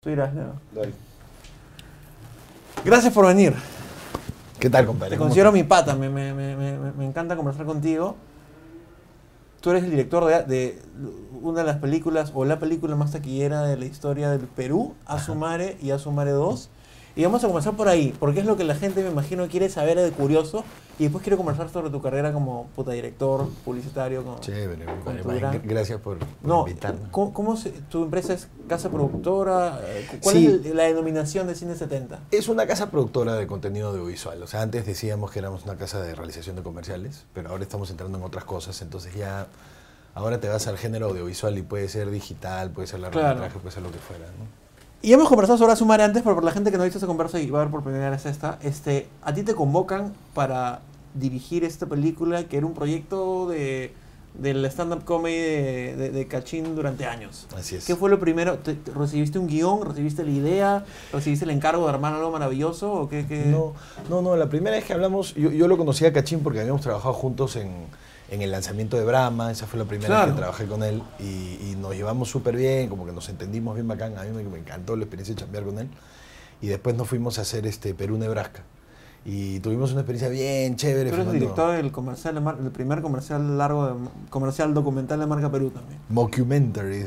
Tú dirás, Leo. Dale. Gracias por venir. ¿Qué tal, compadre? Te considero mi pata, me encanta conversar contigo. Tú eres el director de una de las películas, o la película más taquillera de la historia del Perú, Azumare y Azumare 2. Y vamos a comenzar por ahí, porque es lo que la gente, me imagino, quiere saber de curioso. Y después quiero conversar sobre tu carrera como director, publicitario. Chévere, con tu gracias por No, invitarme. ¿Tu empresa es casa productora? ¿Cuál Sí. es la denominación de Cine 70? Es una casa productora de contenido audiovisual. O sea, antes decíamos que éramos una casa de realización de comerciales, pero ahora estamos entrando en otras cosas. Entonces ya, ahora te vas al género audiovisual y puede ser digital, puede ser largometraje, puede ser lo que fuera, ¿no? Y hemos conversado sobre Azumare antes, pero por la gente que no ha visto esa conversa y va a ver por primera vez esta, a ti te convocan para dirigir esta película que era un proyecto del stand-up comedy de Kachin durante años. Así es. ¿Qué fue lo primero? ¿Recibiste un guión? ¿Recibiste la idea? ¿Recibiste el encargo de armar algo maravilloso? ¿O qué? No, la primera vez que hablamos, yo lo conocí a Kachin porque habíamos trabajado juntos en el lanzamiento de Brahma. Esa fue la primera vez que trabajé con él y nos llevamos súper bien, como que nos entendimos bien bacán. A mí me encantó la experiencia de chambear con él. Y después nos fuimos a hacer Perú-Nebraska. Y tuvimos una experiencia bien chévere. Tú eres el director del comercial, el primer comercial comercial documental de marca Perú también. Mockumentary.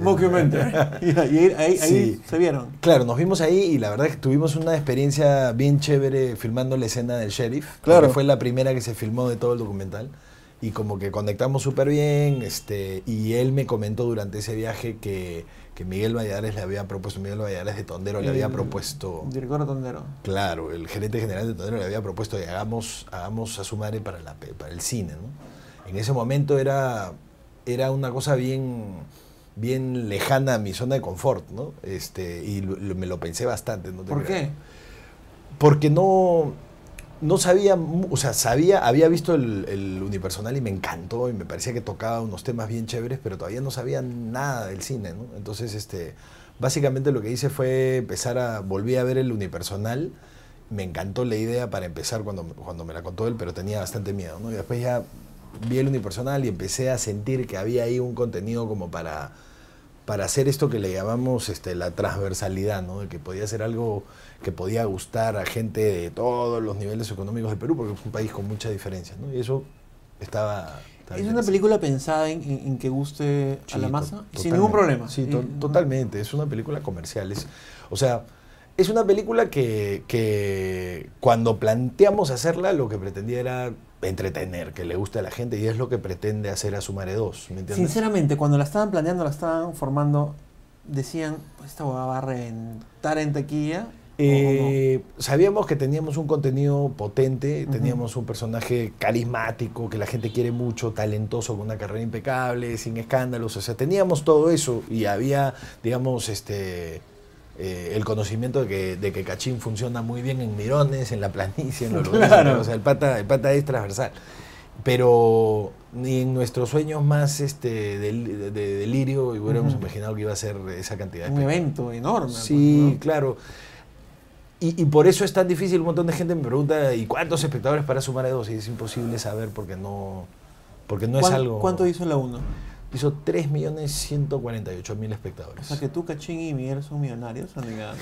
Y ahí Sí. se vieron. Claro, nos vimos ahí y la verdad es que tuvimos una experiencia bien chévere filmando la escena del sheriff. Claro. Porque fue la primera que se filmó de todo el documental. Y como que conectamos súper bien, y él me comentó durante ese viaje que Miguel Valladares le había propuesto, Miguel Valladares de Tondero le había propuesto... Director de Tondero. Claro, el gerente general de Tondero le había propuesto que hagamos Azumare para el cine, ¿no? En ese momento era una cosa bien lejana a mi zona de confort, ¿no? Y me lo pensé bastante, ¿no? ¿Por qué? Porque no sabía, o sea, había visto el unipersonal y me encantó y me parecía que tocaba unos temas bien chéveres, pero todavía no sabía nada del cine, ¿no? Entonces, básicamente lo que hice fue volví a ver el unipersonal, me encantó la idea para empezar cuando me la contó él, pero tenía bastante miedo, ¿no? Y después ya vi el unipersonal y empecé a sentir que había ahí un contenido como para hacer esto que le llamamos la transversalidad, ¿no? De que podía ser algo que podía gustar a gente de todos los niveles económicos de Perú, porque es un país con mucha diferencia, ¿no? Y eso estaba ¿Es una película pensada en que guste a la masa? Sin ningún problema. Sí, totalmente. Es una película comercial. Es una película que cuando planteamos hacerla, lo que pretendía era entretener, que le guste a la gente, y es lo que pretende hacer Azumare 2, ¿me entiendes? Sinceramente, cuando la estaban planeando, la estaban formando, decían, pues esta hueá va a reventar en taquilla. Sabíamos que teníamos un contenido potente, teníamos un personaje carismático, que la gente quiere mucho, talentoso, con una carrera impecable, sin escándalos, o sea, teníamos todo eso y había, digamos, el conocimiento de que Kachin funciona muy bien en Mirones, en la planicie, en los lugares, Claro. o sea, el pata es transversal. Pero ni en nuestros sueños más de delirio hubiéramos imaginado que iba a ser esa cantidad de Un evento enorme. Sí, pues, ¿no? claro. Y por eso es tan difícil. Un montón de gente me pregunta, ¿y cuántos espectadores para Azumare 2? Y es imposible saber porque no es algo... ¿Cuánto hizo la 1? Hizo 3.148.000 espectadores. O sea, que tú, Kachin y Miguel son millonarios, amiga.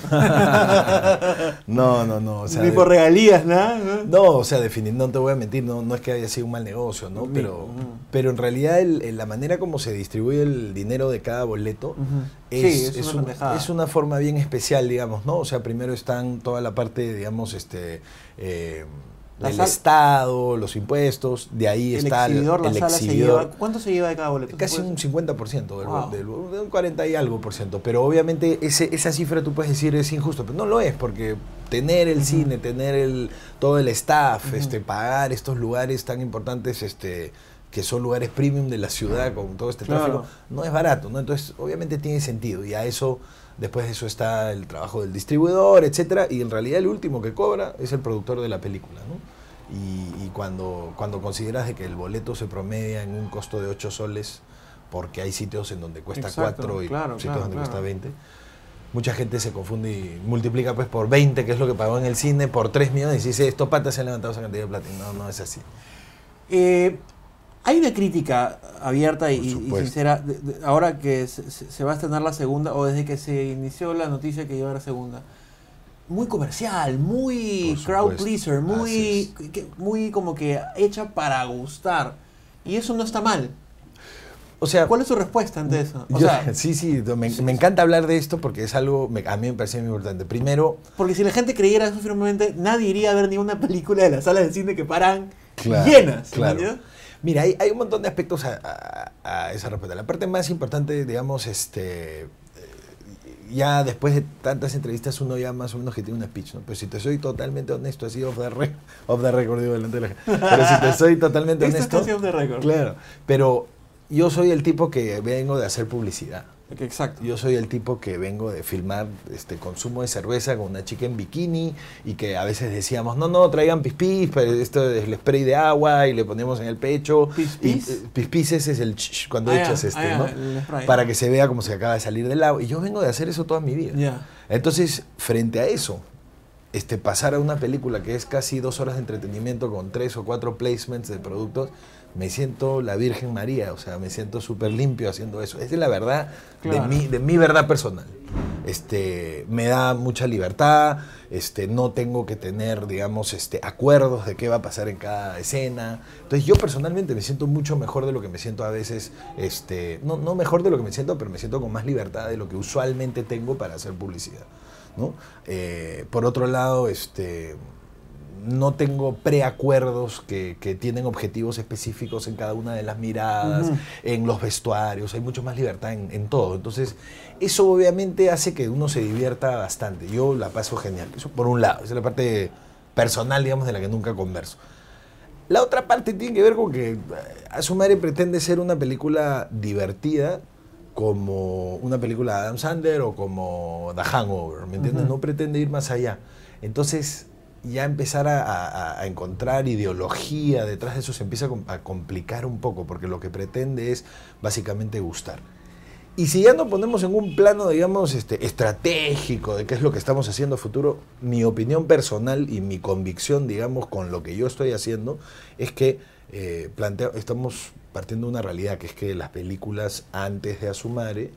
No. O sea, Ni por regalías, nada. No, o sea, no te voy a mentir, no es que haya sido un mal negocio, ¿no? Pero en realidad la manera como se distribuye el dinero de cada boleto es una forma bien especial, digamos, ¿no? O sea, primero están toda la parte, digamos, el Estado, los impuestos, de ahí está el exhibidor. ¿Cuánto se lleva de cada boleto? Casi un 50% de un 40 y algo por ciento, pero obviamente esa cifra tú puedes decir es injusto, pero no lo es, porque tener el cine, tener todo el staff, pagar estos lugares tan importantes, que son lugares premium de la ciudad con todo este tráfico, no es barato, ¿no? Entonces obviamente tiene sentido, y a eso, después de eso está el trabajo del distribuidor, etcétera, y en realidad el último que cobra es el productor de la película, ¿no? Y cuando consideras de que el boleto se promedia en un costo de 8 soles, porque hay sitios en donde cuesta 4 y sitios donde cuesta 20, mucha gente se confunde y multiplica pues por 20, que es lo que pagó en el cine, por 3 millones, y dice, estos patas se han levantado esa cantidad de plata. No es así. Hay una crítica abierta y sincera, ahora que se va a estrenar la segunda, o desde que se inició la noticia que iba a haber segunda. Muy comercial, muy crowd pleaser, muy como que hecha para gustar. Y eso no está mal. O sea, ¿cuál es su respuesta ante eso? Sí, me encanta hablar de esto porque es algo, a mí me parece muy importante. Primero... Porque si la gente creyera eso firmemente, nadie iría a ver ni una película de las salas de cine que paran llenas. Claro. Mira, hay un montón de aspectos a esa respuesta. La parte más importante, digamos, ya después de tantas entrevistas uno ya más o menos que tiene una speech, ¿no? Pero si te soy totalmente honesto, así off the record, digo delante de la gente. Pero si te soy totalmente honesto... Esto es off the record. Claro, pero yo soy el tipo que vengo de hacer publicidad. Exacto. Yo soy el tipo que vengo de filmar consumo de cerveza con una chica en bikini y que a veces decíamos, no, traigan pispis, pero esto es el spray de agua y le ponemos en el pecho. ¿Pispis? Pispis es el cuando echas ¿no? Para que se vea como se acaba de salir del agua. Y yo vengo de hacer eso toda mi vida. Yeah. Entonces, frente a eso, pasar a una película que es casi 2 horas de entretenimiento con 3 o 4 placements de productos, me siento la Virgen María, o sea, me siento súper limpio haciendo eso. Esa es la verdad de mi verdad personal. Me da mucha libertad, no tengo que tener, digamos, acuerdos de qué va a pasar en cada escena. Entonces yo personalmente me siento mucho mejor de lo que me siento a veces, no mejor de lo que me siento, pero me siento con más libertad de lo que usualmente tengo para hacer publicidad, ¿no? Por otro lado, no tengo preacuerdos que tienen objetivos específicos en cada una de las miradas, en los vestuarios, hay mucho más libertad en todo. Entonces, eso obviamente hace que uno se divierta bastante. Yo la paso genial. Eso por un lado, esa es la parte personal, digamos, de la que nunca converso. La otra parte tiene que ver con que A su madre pretende ser una película divertida, como una película de Adam Sandler o como The Hangover, ¿me entiendes? No pretende ir más allá. Entonces, ya empezar a encontrar ideología detrás de eso se empieza a complicar un poco, porque lo que pretende es básicamente gustar. Y si ya nos ponemos en un plano, digamos, estratégico de qué es lo que estamos haciendo a futuro, mi opinión personal y mi convicción, digamos, con lo que yo estoy haciendo, es que estamos partiendo de una realidad, que es que las películas antes de A su madre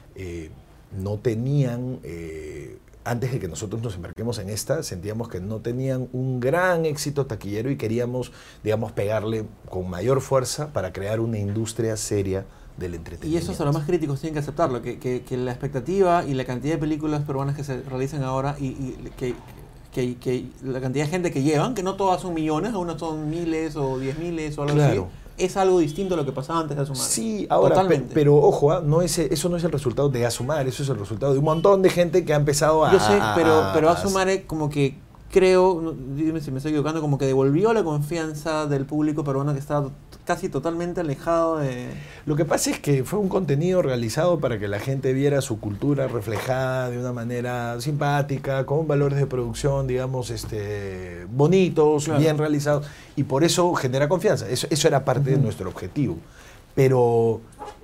no tenían... antes de que nosotros nos embarquemos en esta, sentíamos que no tenían un gran éxito taquillero y queríamos, digamos, pegarle con mayor fuerza para crear una industria seria del entretenimiento. Y eso hasta los más críticos tienen que aceptarlo, que la expectativa y la cantidad de películas peruanas que se realizan ahora y que la cantidad de gente que llevan, que no todas son millones, algunas son miles o 10.000 o algo así, es algo distinto a lo que pasaba antes de A su madre. Sí, ahora, pero ojo, eso no es el resultado de A su madre, eso es el resultado de un montón de gente que ha empezado a... Yo sé, pero A su madre como que creo, dime si me estoy equivocando, como que devolvió la confianza del público peruano que estaba casi totalmente alejado de... Lo que pasa es que fue un contenido realizado para que la gente viera su cultura reflejada de una manera simpática, con valores de producción, digamos, bonitos, bien realizados, y por eso genera confianza. Eso era parte de nuestro objetivo. Pero,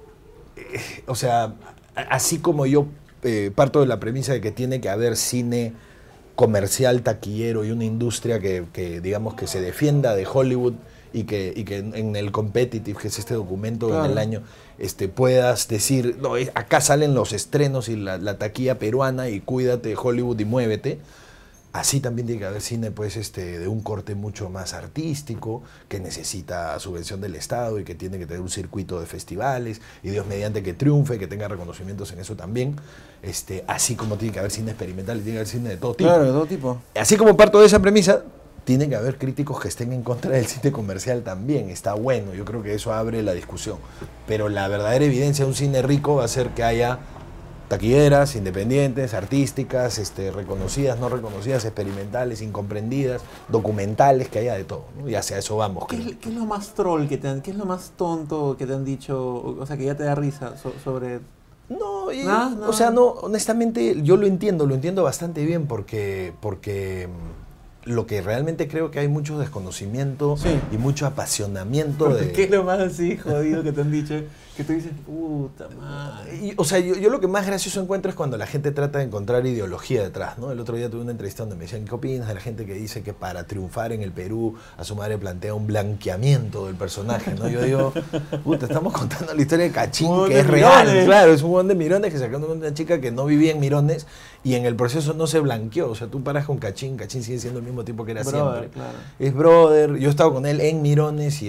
o sea, así como yo parto de la premisa de que tiene que haber cine comercial, taquillero y una industria que digamos, que se defienda de Hollywood y que en el Competitive, que es este documento en el año, puedas decir, no, acá salen los estrenos y la taquilla peruana y cuídate Hollywood y muévete. Así también tiene que haber cine, pues, de un corte mucho más artístico, que necesita subvención del Estado y que tiene que tener un circuito de festivales, y Dios mediante que triunfe, que tenga reconocimientos en eso también. Así como tiene que haber cine experimental y tiene que haber cine de todo tipo. Claro, de todo tipo. Así como parto de esa premisa, tiene que haber críticos que estén en contra del cine comercial también. Está bueno, yo creo que eso abre la discusión. Pero la verdadera evidencia de un cine rico va a ser que haya taquilleras, independientes, artísticas, reconocidas, no reconocidas, experimentales, incomprendidas, documentales, que haya de todo, ¿no? Y hacia eso vamos. ¿Qué es lo más troll qué es lo más tonto que te han dicho, o sea, que ya te da risa sobre...? No, o sea, no, honestamente, yo lo entiendo bastante bien porque lo que realmente creo que hay mucho desconocimiento y mucho apasionamiento de... ¿Qué es lo más así jodido que te han dicho? Que tú dices, puta madre. O sea, yo lo que más gracioso encuentro es cuando la gente trata de encontrar ideología detrás, ¿no? El otro día tuve una entrevista donde me decían, ¿qué opinas de la gente que dice que para triunfar en el Perú, a su madre plantea un blanqueamiento del personaje, ¿no? Yo digo, puta, estamos contando la historia de Cachín, que es real, claro, es un buen de Mirones que sacando una chica que no vivía en Mirones y en el proceso no se blanqueó. O sea, tú paras con Cachín sigue siendo el mismo tipo que era siempre. Claro. Es brother, yo he estado con él en Mirones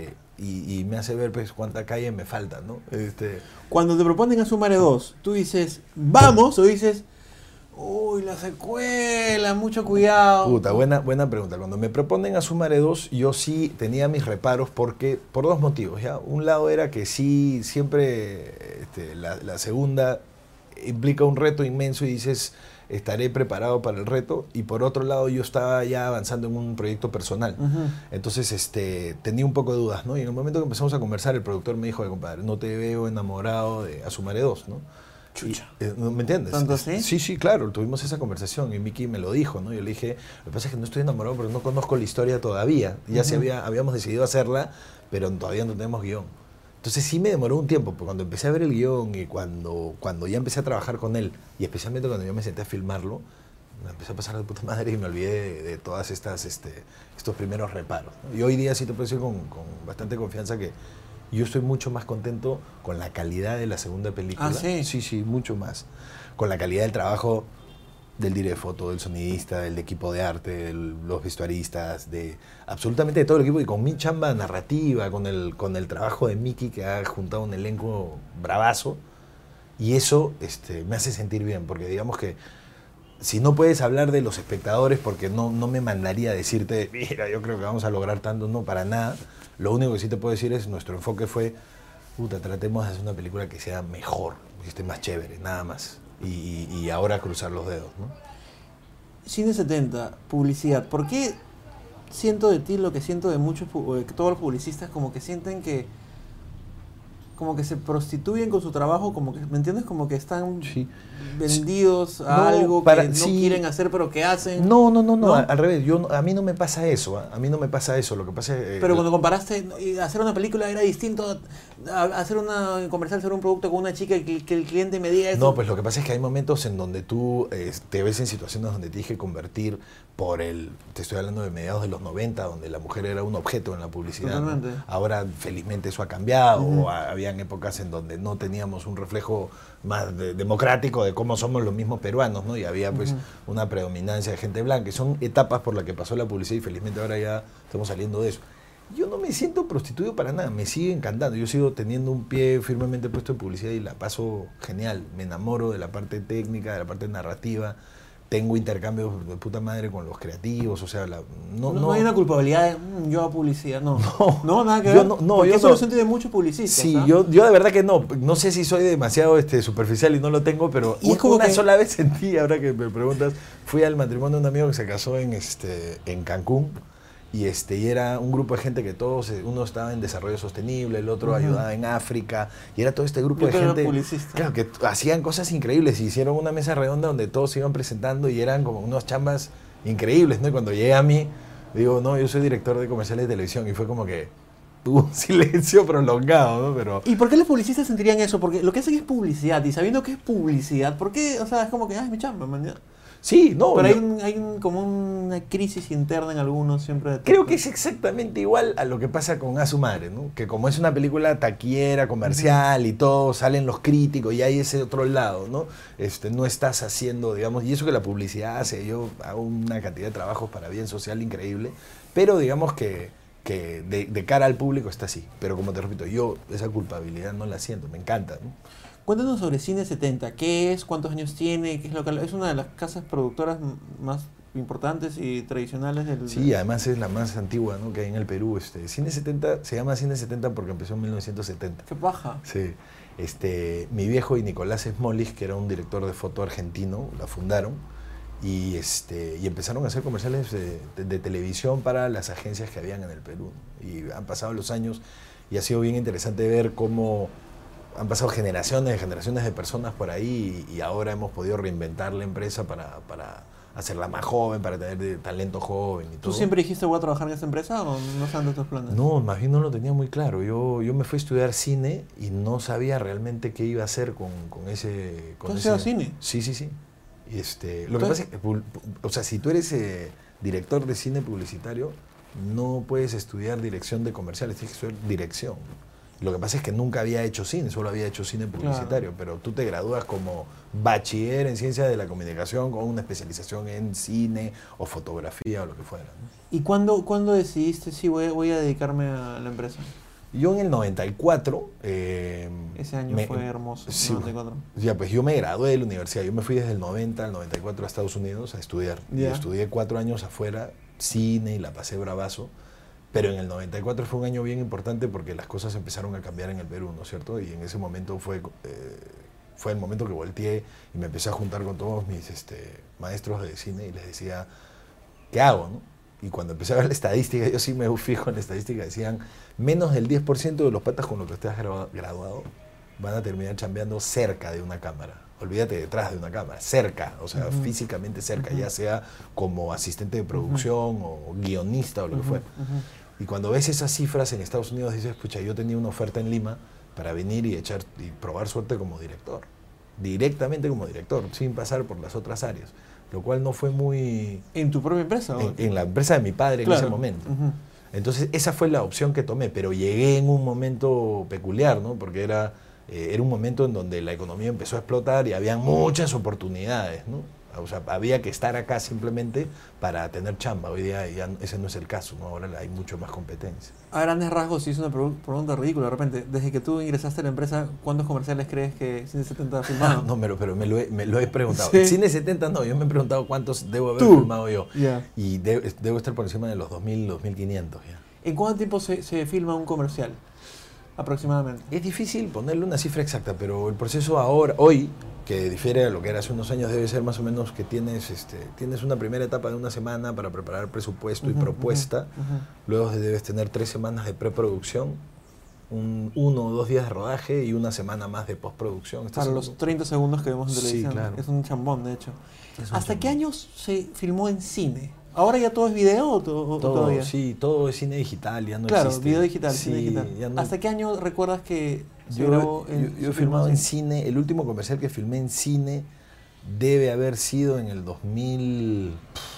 y me hace ver pues cuánta calle me falta, ¿no? Cuando te proponen Asumare 2, tú dices, vamos, o dices, uy, la secuela, mucho cuidado. Puta, buena pregunta. Cuando me proponen Asumare 2, yo sí tenía mis reparos por dos motivos, ¿ya? Un lado era que sí, siempre la segunda implica un reto inmenso y dices, estaré preparado para el reto, y por otro lado yo estaba ya avanzando en un proyecto personal. Entonces tenía un poco de dudas, ¿no? Y en el momento que empezamos a conversar, el productor me dijo, compadre, no te veo enamorado de Asumare 2, ¿no? Chucha. ¿Me entiendes? ¿Tanto así? Sí, claro, tuvimos esa conversación y Miki me lo dijo, ¿no? Yo le dije, lo que pasa es que no estoy enamorado porque no conozco la historia todavía. Ya habíamos decidido hacerla, pero todavía no tenemos guión. Entonces sí me demoró un tiempo, porque cuando empecé a ver el guión y cuando ya empecé a trabajar con él, y especialmente cuando yo me senté a filmarlo, me empecé a pasar de puta madre y me olvidé de todas estos primeros reparos, ¿no? Y hoy día sí te puedo decir con bastante confianza que yo estoy mucho más contento con la calidad de la segunda película. ¿Ah, sí? Sí, mucho más. Con la calidad del trabajo del director de foto, del sonidista, del equipo de arte, de los vestuaristas, de absolutamente de todo el equipo, y con mi chamba narrativa, con el trabajo de Miki, que ha juntado un elenco bravazo, y eso me hace sentir bien, porque digamos que si no puedes hablar de los espectadores, porque no me mandaría a decirte, mira, yo creo que vamos a lograr tanto, no, para nada. Lo único que sí te puedo decir es, nuestro enfoque fue, puta, tratemos de hacer una película que sea mejor, que esté más chévere, nada más. Y ahora cruzar los dedos, ¿no? Cine 70, publicidad. ¿Por qué siento de ti lo que siento de muchos, todos los publicistas, como que sienten que como que se prostituyen con su trabajo, como que, ¿me entiendes? Como que están vendidos a algo que no quieren hacer, pero que hacen. No, al revés. A mí no me pasa eso. A mí no me pasa eso. Lo que pasa es... Pero cuando comparaste, hacer una película era distinto a hacer una comercial sobre un producto con una chica y que el cliente me diga eso. No, pues lo que pasa es que hay momentos en donde tú te ves en situaciones donde tienes que convertir te estoy hablando de mediados de los 90, donde la mujer era un objeto en la publicidad, ¿no? Ahora, felizmente, eso ha cambiado. O habían épocas en donde no teníamos un reflejo más democrático de cómo somos los mismos peruanos, ¿no? Y había pues una predominancia de gente blanca. Y son etapas por las que pasó la publicidad y felizmente ahora ya estamos saliendo de eso. Yo no me siento prostituido para nada, me sigue encantando. Yo sigo teniendo un pie firmemente puesto en publicidad y la paso genial. Me enamoro de la parte técnica, de la parte narrativa. Tengo intercambios de puta madre con los creativos, o sea, no hay una culpabilidad de yo a publicidad, no, nada que ver. Porque eso lo siento de muchos publicistas. Sí, yo de verdad que no sé si soy demasiado superficial y no lo tengo, pero una sola vez sentí, ahora que me preguntas, fui al matrimonio de un amigo que se casó en Cancún. Y era un grupo de gente que uno estaba en desarrollo sostenible, el otro ayudaba en África, y era todo este grupo de gente claro, que hacían cosas increíbles, y hicieron una mesa redonda donde todos se iban presentando y eran como unas chambas increíbles, ¿no? Y cuando llegué a mí, digo, no, yo soy director de comerciales de televisión, y fue como que tuvo un silencio prolongado, ¿no? Pero... ¿Y por qué los publicistas sentirían eso? Porque lo que hacen es publicidad, y sabiendo que es publicidad, ¿por qué? O sea, es como que, es mi chamba, man. Sí, no. Pero hay como una crisis interna en algunos siempre. Creo que es exactamente igual a lo que pasa con A Su Madre, ¿no? Que como es una película taquillera, comercial y todo, salen los críticos y hay ese otro lado, ¿no? No estás haciendo, digamos, y eso que la publicidad hace, yo hago una cantidad de trabajos para bien social increíble, pero digamos que de cara al público está así. Pero como te repito, yo esa culpabilidad no la siento, me encanta, ¿no? Cuéntanos sobre Cine 70, ¿qué es? ¿Cuántos años tiene? ¿Qué es es una de las casas productoras más importantes y tradicionales del... Sí, además es la más antigua, ¿no?, que hay en el Perú. Cine 70 se llama Cine 70 porque empezó en 1970. ¡Qué paja! Sí. Mi viejo y Nicolás Smolich, que era un director de foto argentino, la fundaron y empezaron a hacer comerciales de televisión para las agencias que habían en el Perú. Y han pasado los años y ha sido bien interesante ver cómo han pasado generaciones de personas por ahí y ahora hemos podido reinventar la empresa hacerla más joven, para tener talento joven y todo. ¿Tú siempre dijiste voy a trabajar en esta empresa o no están de tus planes? No, más bien no lo tenía muy claro. Yo me fui a estudiar cine y no sabía realmente qué iba a hacer con ese... ¿Tú has estudiado cine? Sí, sí, sí. Y lo que pasa es que, o sea, si tú eres director de cine publicitario, no puedes estudiar dirección de comerciales, tienes que estudiar dirección. Lo que pasa es que nunca había hecho cine, solo había hecho cine publicitario, pero tú te gradúas como bachiller en ciencias de la comunicación con una especialización en cine o fotografía o lo que fuera, ¿no? ¿Y cuándo decidiste, sí, voy a dedicarme a la empresa? Yo en el 94... Ese año fue hermoso, sí, 94. Ya, pues yo me gradué de la universidad, yo me fui desde el 90 al 94 a Estados Unidos a estudiar. Y estudié 4 años afuera, cine, y la pasé bravazo. Pero en el 94 fue un año bien importante porque las cosas empezaron a cambiar en el Perú, ¿no es cierto? Y en ese momento fue el momento que volteé y me empecé a juntar con todos mis maestros de cine y les decía, ¿qué hago, no? Y cuando empecé a ver la estadística, yo sí me fijo en la estadística, decían, menos del 10% de los patas con los que estés graduado van a terminar chambeando cerca de una cámara. Olvídate detrás de una cámara, cerca, o sea, físicamente cerca, ya sea como asistente de producción o guionista o lo que fuera. Y cuando ves esas cifras en Estados Unidos dices, pucha, yo tenía una oferta en Lima para venir y probar suerte como director, directamente como director, sin pasar por las otras áreas, lo cual no fue muy... ¿En tu propia empresa? En la empresa de mi padre, claro, en ese momento. Entonces esa fue la opción que tomé, pero llegué en un momento peculiar, ¿no? Porque era un momento en donde la economía empezó a explotar y había muchas oportunidades, ¿no? O sea, había que estar acá simplemente para tener chamba. Hoy día ya ese no es el caso, ¿no? Ahora hay mucho más competencia. A grandes rasgos, si es una pregunta ridícula, de repente, desde que tú ingresaste a la empresa, ¿cuántos comerciales crees que Cine 70 ha filmado? No, pero me lo he preguntado. ¿Sí? Cine 70 no, yo me he preguntado cuántos debo haber filmado yo. Yeah. Y debo estar por encima de los 2.000, 2.500 ya. ¿En cuánto tiempo se filma un comercial? Aproximadamente. Es difícil ponerle una cifra exacta, pero el proceso hoy, que difiere a lo que era hace unos años, debe ser más o menos que tienes una primera etapa de una semana para preparar presupuesto y propuesta. Luego debes tener 3 semanas de preproducción, 1 o 2 días de rodaje y 1 semana más de postproducción. Para los 30 segundos que vemos en televisión. Sí, claro. Es un chambón, de hecho. ¿Hasta qué años se filmó en cine? ¿Ahora ya todo es video o todavía? Sí, todo es cine digital, ya no claro, existe. Video digital, sí, cine digital. No... ¿Hasta qué año recuerdas que yo he filmado en cine? El último comercial que filmé en cine debe haber sido en el 2000...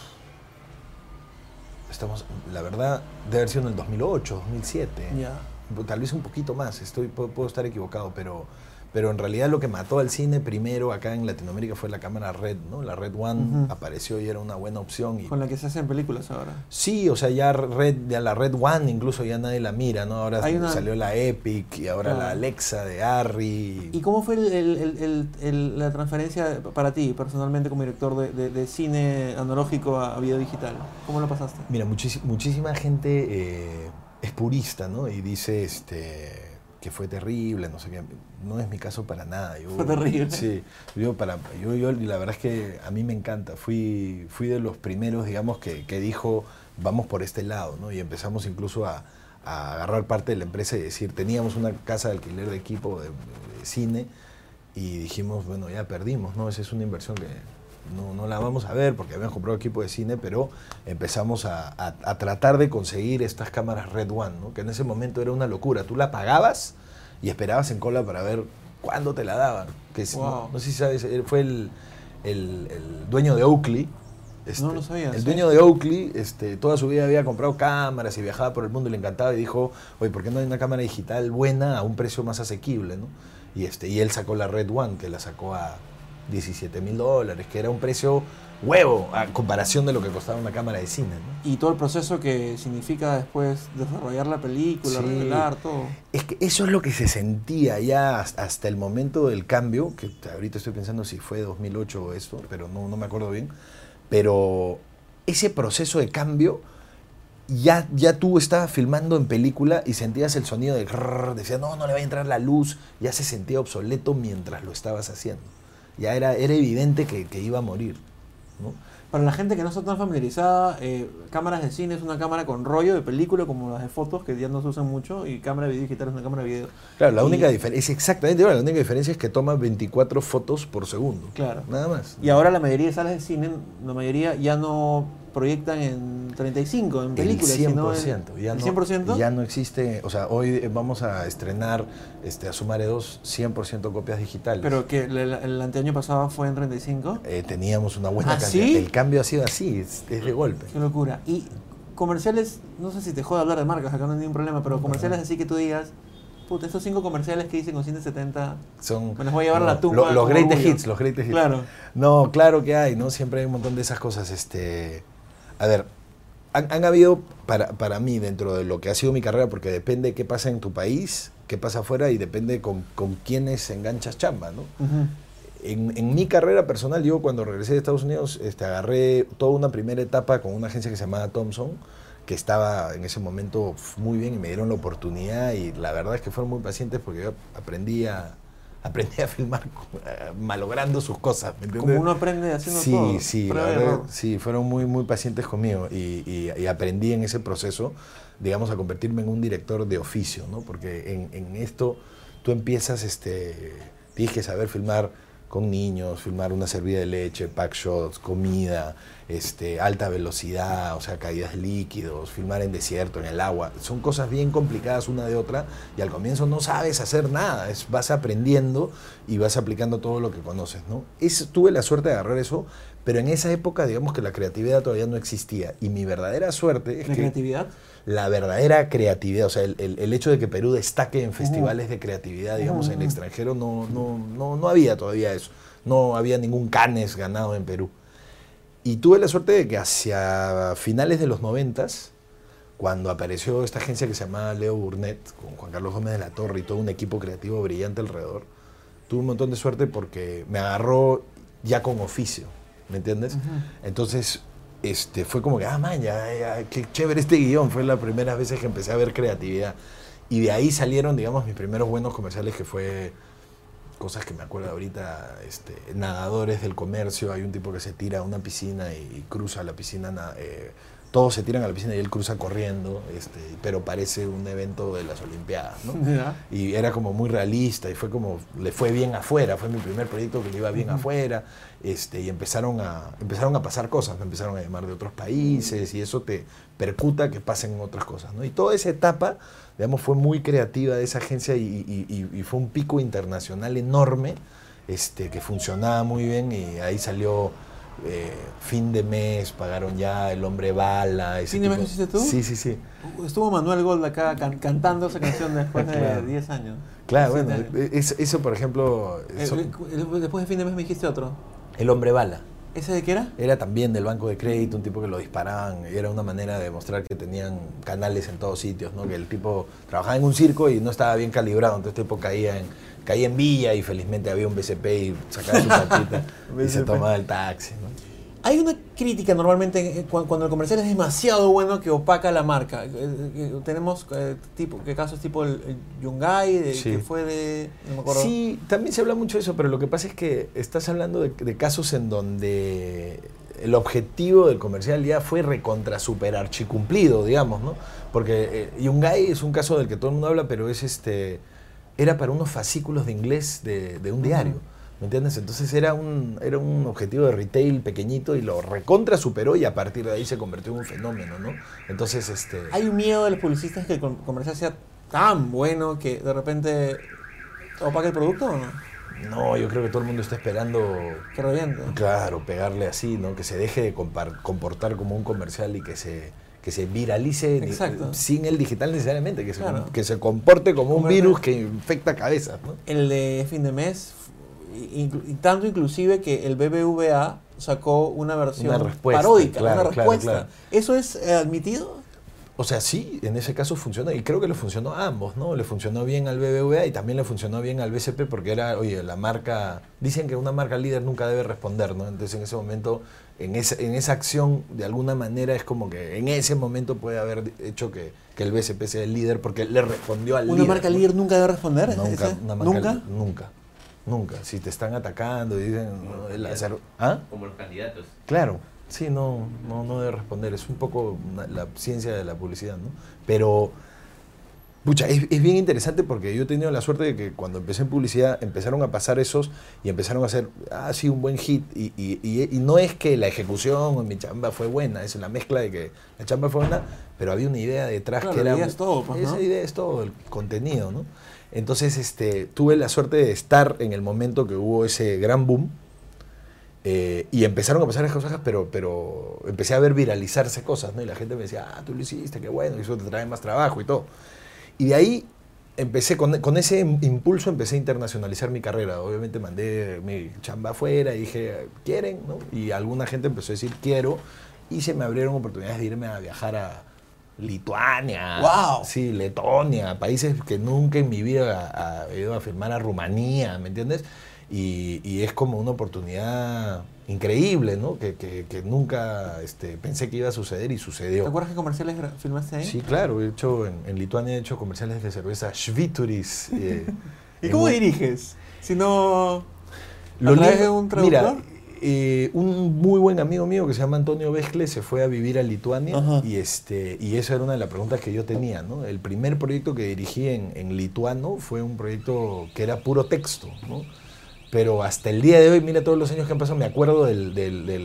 La verdad, debe haber sido en el 2008, 2007. Ya. Tal vez un poquito más, puedo estar equivocado, pero en realidad lo que mató al cine primero acá en Latinoamérica fue la cámara Red, ¿no? La Red One apareció y era una buena opción. Con la que se hacen películas ahora. Sí, o sea, ya la Red One incluso ya nadie la mira, ¿no? Ahora salió la Epic y ahora la Alexa de Arri. ¿Y cómo fue la transferencia para ti, personalmente, como director de cine analógico a video digital? ¿Cómo lo pasaste? Mira, muchísima gente es purista, ¿no? Y dice que fue terrible, no sé qué. No es mi caso para nada. Fue terrible. Sí, yo la verdad es que a mí me encanta. Fui de los primeros, digamos, que dijo, vamos por este lado, ¿no? Y empezamos incluso a agarrar parte de la empresa y decir, teníamos una casa de alquiler de equipo de cine y dijimos, bueno, ya perdimos, ¿no? Esa es una inversión que no la vamos a ver porque habíamos comprado equipo de cine, pero empezamos a tratar de conseguir estas cámaras Red One, ¿no? Que en ese momento era una locura. Tú la pagabas y esperabas en cola para ver cuándo te la daban. Que no sé si sabes, fue el dueño de Oakley. No lo sabía. El dueño de Oakley, toda su vida había comprado cámaras y viajaba por el mundo y le encantaba y dijo, oye, ¿por qué no hay una cámara digital buena a un precio más asequible, ¿no? Y él sacó la Red One, que la sacó a $17,000, que era un precio huevo a comparación de lo que costaba una cámara de cine, ¿no? Y todo el proceso que significa después desarrollar la película, revelar, todo. Es que eso es lo que se sentía ya hasta el momento del cambio, que ahorita estoy pensando si fue 2008 o eso, pero no me acuerdo bien. Pero ese proceso de cambio, ya tú estabas filmando en película y sentías el sonido de grrr, decías, no le va a entrar la luz, ya se sentía obsoleto mientras lo estabas haciendo. Ya era evidente que iba a morir, ¿no? Para la gente que no está tan familiarizada, cámaras de cine es una cámara con rollo de película como las de fotos, que ya no se usan mucho, y cámara de video digital es una cámara de video. Claro, la única diferencia, es exactamente igual, la única diferencia es que toma 24 fotos por segundo. Claro. Nada más. Y ahora la mayoría de salas de cine, la mayoría ya no proyectan en 35, en películas, el 100%, sino ya el no, 100%. Ya no existe, o sea, hoy vamos a estrenar Asumare 2 100% copias digitales. Pero que el anteaño pasado fue en 35. Teníamos una buena cantidad. ¿Sí? El cambio ha sido así, es de golpe. Qué locura. Y comerciales, no sé si te joda hablar de marcas, acá no hay ningún problema, pero comerciales así que tú digas, puta, estos 5 comerciales que hice con 170 son, me los voy a llevar a la tumba. Los greatest hits, los greatest hits. Claro. No, claro que hay, ¿no? Siempre hay un montón de esas cosas. A ver, han habido, para mí, dentro de lo que ha sido mi carrera, porque depende qué pasa en tu país, qué pasa afuera, y depende con quiénes enganchas chamba, ¿no? Uh-huh. En mi carrera personal, yo cuando regresé de Estados Unidos, agarré toda una primera etapa con una agencia que se llamaba Thomson, que estaba en ese momento muy bien y me dieron la oportunidad, y la verdad es que fueron muy pacientes porque yo aprendí a filmar malogrando sus cosas, ¿me entiendes? Como uno aprende haciendo todo. Sí, la verdad, sí, fueron muy, muy pacientes conmigo y aprendí en ese proceso, digamos, a convertirme en un director de oficio, ¿no? Porque en esto tú empiezas, tienes que saber filmar con niños, filmar una servida de leche, pack shots, comida, alta velocidad, o sea, caídas de líquidos, filmar en desierto, en el agua. Son cosas bien complicadas una de otra, y al comienzo no sabes hacer nada, vas aprendiendo y vas aplicando todo lo que conoces, ¿no? Tuve la suerte de agarrar eso, pero en esa época, digamos que la creatividad todavía no existía, y mi verdadera suerte es ¿La que... creatividad? La verdadera creatividad, o sea, el hecho de que Perú destaque en festivales de creatividad, digamos, en el extranjero, no había todavía eso. No había ningún Cannes ganado en Perú. Y tuve la suerte de que hacia finales de los 90s, cuando apareció esta agencia que se llamaba Leo Burnett, con Juan Carlos Gómez de la Torre y todo un equipo creativo brillante alrededor, tuve un montón de suerte porque me agarró ya con oficio, ¿me entiendes? Entonces... fue como que, ya, qué chévere este guión. Fue la primera vez que empecé a ver creatividad. Y de ahí salieron, digamos, mis primeros buenos comerciales, que fue cosas que me acuerdo ahorita, nadadores del comercio. Hay un tipo que se tira a una piscina y cruza la piscina, todos se tiran a la piscina y él cruza corriendo, pero parece un evento de las Olimpiadas, ¿no? Yeah. Y era como muy realista, y fue como, le fue bien afuera, fue mi primer proyecto que le iba bien afuera, y empezaron a pasar cosas, me empezaron a llamar de otros países, y eso te percuta que pasen otras cosas, ¿no? Y toda esa etapa, digamos, fue muy creativa de esa agencia, y fue un pico internacional enorme, que funcionaba muy bien, y ahí salió... Fin de mes, pagaron ya El Hombre Bala. ¿Fin de mes lo hiciste tú? Sí. Estuvo Manuel Gold acá cantando esa canción después Claro. de 10 años. Claro, bueno, eso por ejemplo... Después de Fin de mes me dijiste otro. El Hombre Bala. ¿Ese de qué era? Era también del banco de crédito, un tipo que lo disparaban, era una manera de demostrar que tenían canales en todos sitios, ¿no? Que el tipo trabajaba en un circo y no estaba bien calibrado, entonces el tipo caía en Villa, y felizmente había un BCP y sacaba su patita y se tomaba el taxi, ¿no? Hay una crítica normalmente cuando el comercial es demasiado bueno que opaca la marca. Tenemos casos tipo el Yungay, Sí. que fue de... No me acuerdo. Sí, también se habla mucho de eso, pero lo que pasa es que estás hablando de casos en donde el objetivo del comercial ya fue recontra super archicumplido, digamos, ¿no? Porque Yungay es un caso del que todo el mundo habla, pero era para unos fascículos de inglés de un diario. ¿Me entiendes? Entonces era un objetivo de retail pequeñito, y lo recontra superó, y a partir de ahí se convirtió en un fenómeno, ¿no? Entonces, ¿Hay un miedo de los publicistas que el comercial sea tan bueno que de repente opaque el producto o no? No, yo creo que todo el mundo está esperando... Que reviente. Claro, pegarle así, ¿no? Que se deje de comportar como un comercial, y que se viralice. Exacto. Sin el digital necesariamente, Claro. que se comporte como un virus que infecta cabezas, ¿no? El de Fin de mes, tanto inclusive que el BBVA sacó una versión paródica, claro, una respuesta. claro. ¿Eso es admitido? O sea, sí, en ese caso funciona, y creo que le funcionó a ambos, ¿no? Le funcionó bien al BBVA y también le funcionó bien al BCP, porque era, oye, la marca... Dicen que una marca líder nunca debe responder, ¿no? Entonces, en ese momento, en esa acción, de alguna manera, es como que en ese momento puede haber hecho que el BCP sea el líder, porque le respondió al líder. ¿Una marca líder nunca debe responder? Nunca, una marca ¿Nunca? nunca. Nunca. Si te están atacando y dicen... ¿Ah? Como los candidatos. Claro. Sí, no debe responder. Es un poco la ciencia de la publicidad, ¿no? Pero... Pucha, es bien interesante porque yo he tenido la suerte de que cuando empecé en publicidad empezaron a pasar esos y empezaron a hacer, sí, un buen hit. Y no es que la ejecución o mi chamba fue buena, es la mezcla de que la chamba fue buena, pero había una idea detrás, claro, que era... La idea es todo, pues, esa ¿no? idea es todo, el contenido, ¿no? Entonces tuve la suerte de estar en el momento que hubo ese gran boom y empezaron a pasar esas cosas, pero empecé a ver viralizarse cosas, ¿no? Y la gente me decía, tú lo hiciste, qué bueno, y eso te trae más trabajo y todo. Y de ahí empecé, con ese impulso empecé a internacionalizar mi carrera. Obviamente mandé mi chamba afuera y dije, ¿quieren? ¿No? Y alguna gente empezó a decir, quiero. Y se me abrieron oportunidades de irme a viajar a Lituania, ¡wow! Sí, Letonia, países que nunca en mi vida he ido a filmar, a Rumanía, ¿me entiendes? Y es como una oportunidad increíble, ¿no? Que nunca pensé que iba a suceder y sucedió. ¿Te acuerdas qué comerciales filmaste ahí? Sí, claro. He hecho en Lituania he hecho comerciales de cerveza Švyturys. ¿Y cómo diriges? Si no... ¿A través de un traductor? Mira, un muy buen amigo mío que se llama Antonio Vescle se fue a vivir a Lituania. Ajá. Y eso era una de las preguntas que yo tenía, ¿no? El primer proyecto que dirigí en lituano fue un proyecto que era puro texto, ¿no? Pero hasta el día de hoy, mira todos los años que han pasado, me acuerdo del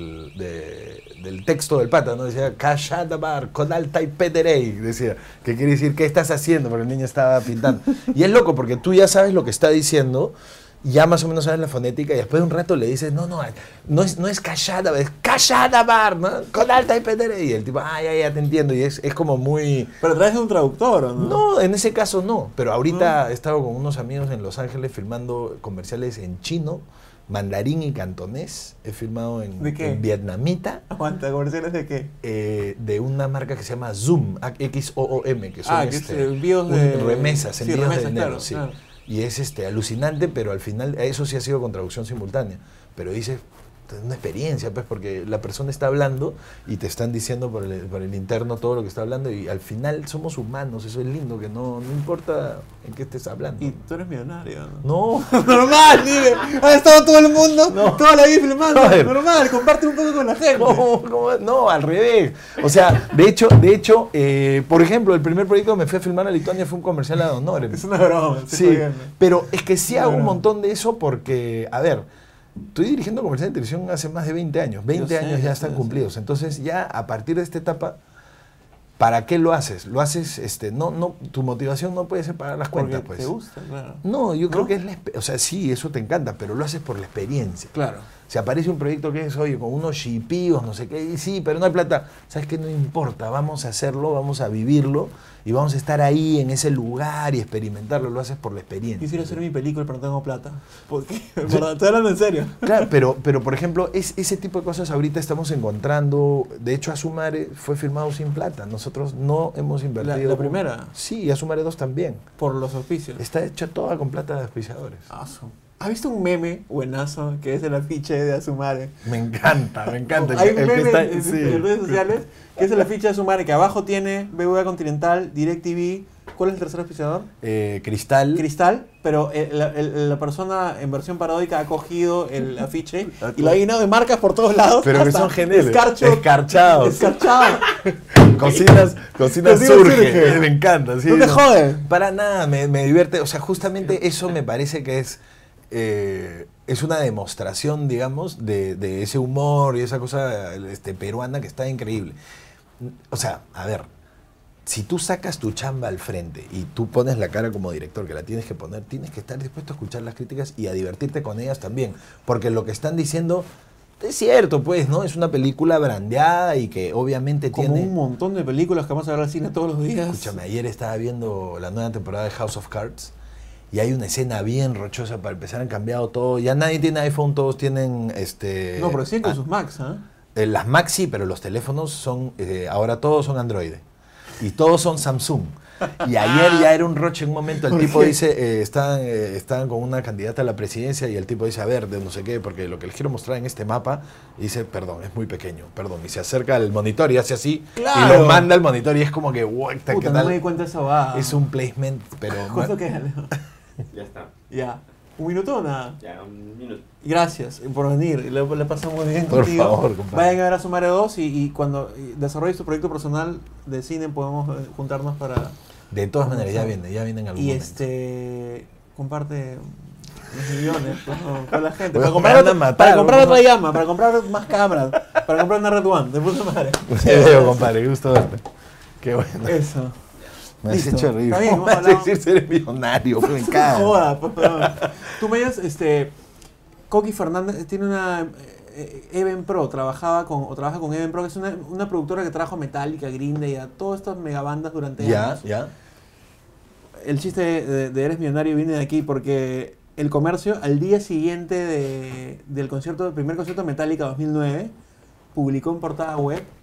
texto del pata, ¿no? Decía, Kashadabar, Kodaltai Pederei, decía, que quiere decir, ¿qué estás haciendo? Porque el niño estaba pintando. Y es loco, porque tú ya sabes lo que está diciendo, ya más o menos sabes la fonética, y después de un rato le dices, no es Kashadabar, es Kashadabar, ¿no? Kodaltai Pederei. Y el tipo, ya te entiendo, y es como muy... ¿Pero traes de un traductor o no? No, en ese caso no, pero ahorita he estado con unos amigos en Los Ángeles filmando comerciales en chino, mandarín y cantonés. He filmado en vietnamita. Aguanta, ¿comerciales de qué? De una marca que se llama Zoom, X-O-O-M, que son envíos de... remesas, envíos de dinero, claro, sí. Claro. Y es alucinante, pero al final eso sí ha sido con traducción simultánea. Pero dices, es una experiencia, pues, porque la persona está hablando y te están diciendo por el interno todo lo que está hablando, y al final somos humanos, eso es lindo, que no importa en qué estés hablando. Y tú eres millonario, ¿no? No. Normal, dime. Ha estado todo el mundo, toda la vida filmando. Normal, comparte un poco con la gente. No, al revés. O sea, de hecho, por ejemplo, el primer proyecto que me fui a filmar a Lituania fue un comercial a Donore. Es una broma. Sí, pero es que sí hago un montón de eso porque, a ver, estoy dirigiendo comercial de televisión hace más de 20 años. 20 años ya están cumplidos. Entonces ya a partir de esta etapa, ¿para qué lo haces? Lo haces, tu motivación no puede ser pagar las cuentas, pues. Te gusta, claro. No, yo creo que es o sea, sí, eso te encanta, pero lo haces por la experiencia. Claro. Si aparece un proyecto que es, oye, con unos shipíos, no sé qué, y sí, pero no hay plata. ¿Sabes qué? No importa, vamos a hacerlo, vamos a vivirlo y vamos a estar ahí en ese lugar y experimentarlo, lo haces por la experiencia. Quisiera hacer mi película, pero no tengo plata. ¿Por qué? Estoy hablando en serio. Claro, pero por ejemplo, ese tipo de cosas ahorita estamos encontrando. De hecho, Asumare fue filmado sin plata. Nosotros no hemos invertido. ¿La primera? Sí, y Asumare 2 también. Por los auspicios. Está hecha toda con plata de auspiciadores. ¿Has visto un meme buenazo que es el afiche de Asumare? Me encanta. Hay un meme en redes sociales que es el afiche de Asumare, que abajo tiene BBVA Continental, DirecTV. ¿Cuál es el tercer auspiciador? Cristal, pero la persona en versión paródica ha cogido el afiche y lo ha llenado de marcas por todos lados. Pero que son geniales. Escarchados. Cocinas surge. Me encanta. ¿Sí? ¿No te jodes? Para nada, me divierte. O sea, justamente eso me parece que es una demostración, digamos, de ese humor y esa cosa peruana que está increíble. O sea, a ver, si tú sacas tu chamba al frente y tú pones la cara como director, que la tienes que poner, tienes que estar dispuesto a escuchar las críticas y a divertirte con ellas también. Porque lo que están diciendo es cierto, pues, ¿no? Es una película brandeada y que obviamente como tiene... un montón de películas que vamos a ver al cine todos los días. Escúchame, ayer estaba viendo la nueva temporada de House of Cards y hay una escena bien rochosa. Para empezar, han cambiado todo. Ya nadie tiene iPhone, todos tienen... No, pero siguen con sus Macs, ¿eh? Las Mac sí, pero los teléfonos son... ahora todos son Android. Y todos son Samsung. Y ayer ya era un roche en un momento. El tipo dice, estaban con una candidata a la presidencia y el tipo dice, a ver, de no sé qué, porque lo que les quiero mostrar en este mapa, y dice, perdón, es muy pequeño, perdón. Y se acerca al monitor y hace así, ¡claro! Y lo manda al monitor y es como que, puta, ¿qué tal? No me di cuenta de eso, va. Es un placement, pero... ¿Cuánto queda? Ya está. Ya. ¿Un minuto o nada? Ya, un minuto. Gracias por venir. Y le pasamos muy bien Por contigo. favor, compadre. Vayan a ver a Sumario 2 y cuando desarrolles tu proyecto personal de cine podemos juntarnos para... De todas maneras, ya viene en algún Y momento. comparte los millones con la gente. Bueno, Para me van a matar, para comprar ¿no? otra llama, para comprar más cámaras, para comprar una Red One, de puta madre. Te veo, compadre, gusto verte. Qué bueno. Eso. Me has Listo. hecho reír. Está bien, ¿Cómo vas a hablamos. decir ser millonario? Me encanta. Joda, pues, perdón. Tú me dices, Coqui Fernández tiene una Even Pro, trabaja con Even Pro, que es una productora que trajo a Metallica, Green Day, a todas estas megabandas durante años. Ya. El chiste de Eres Millonario viene de aquí porque El Comercio, al día siguiente del primer concierto de Metallica 2009, publicó en portada web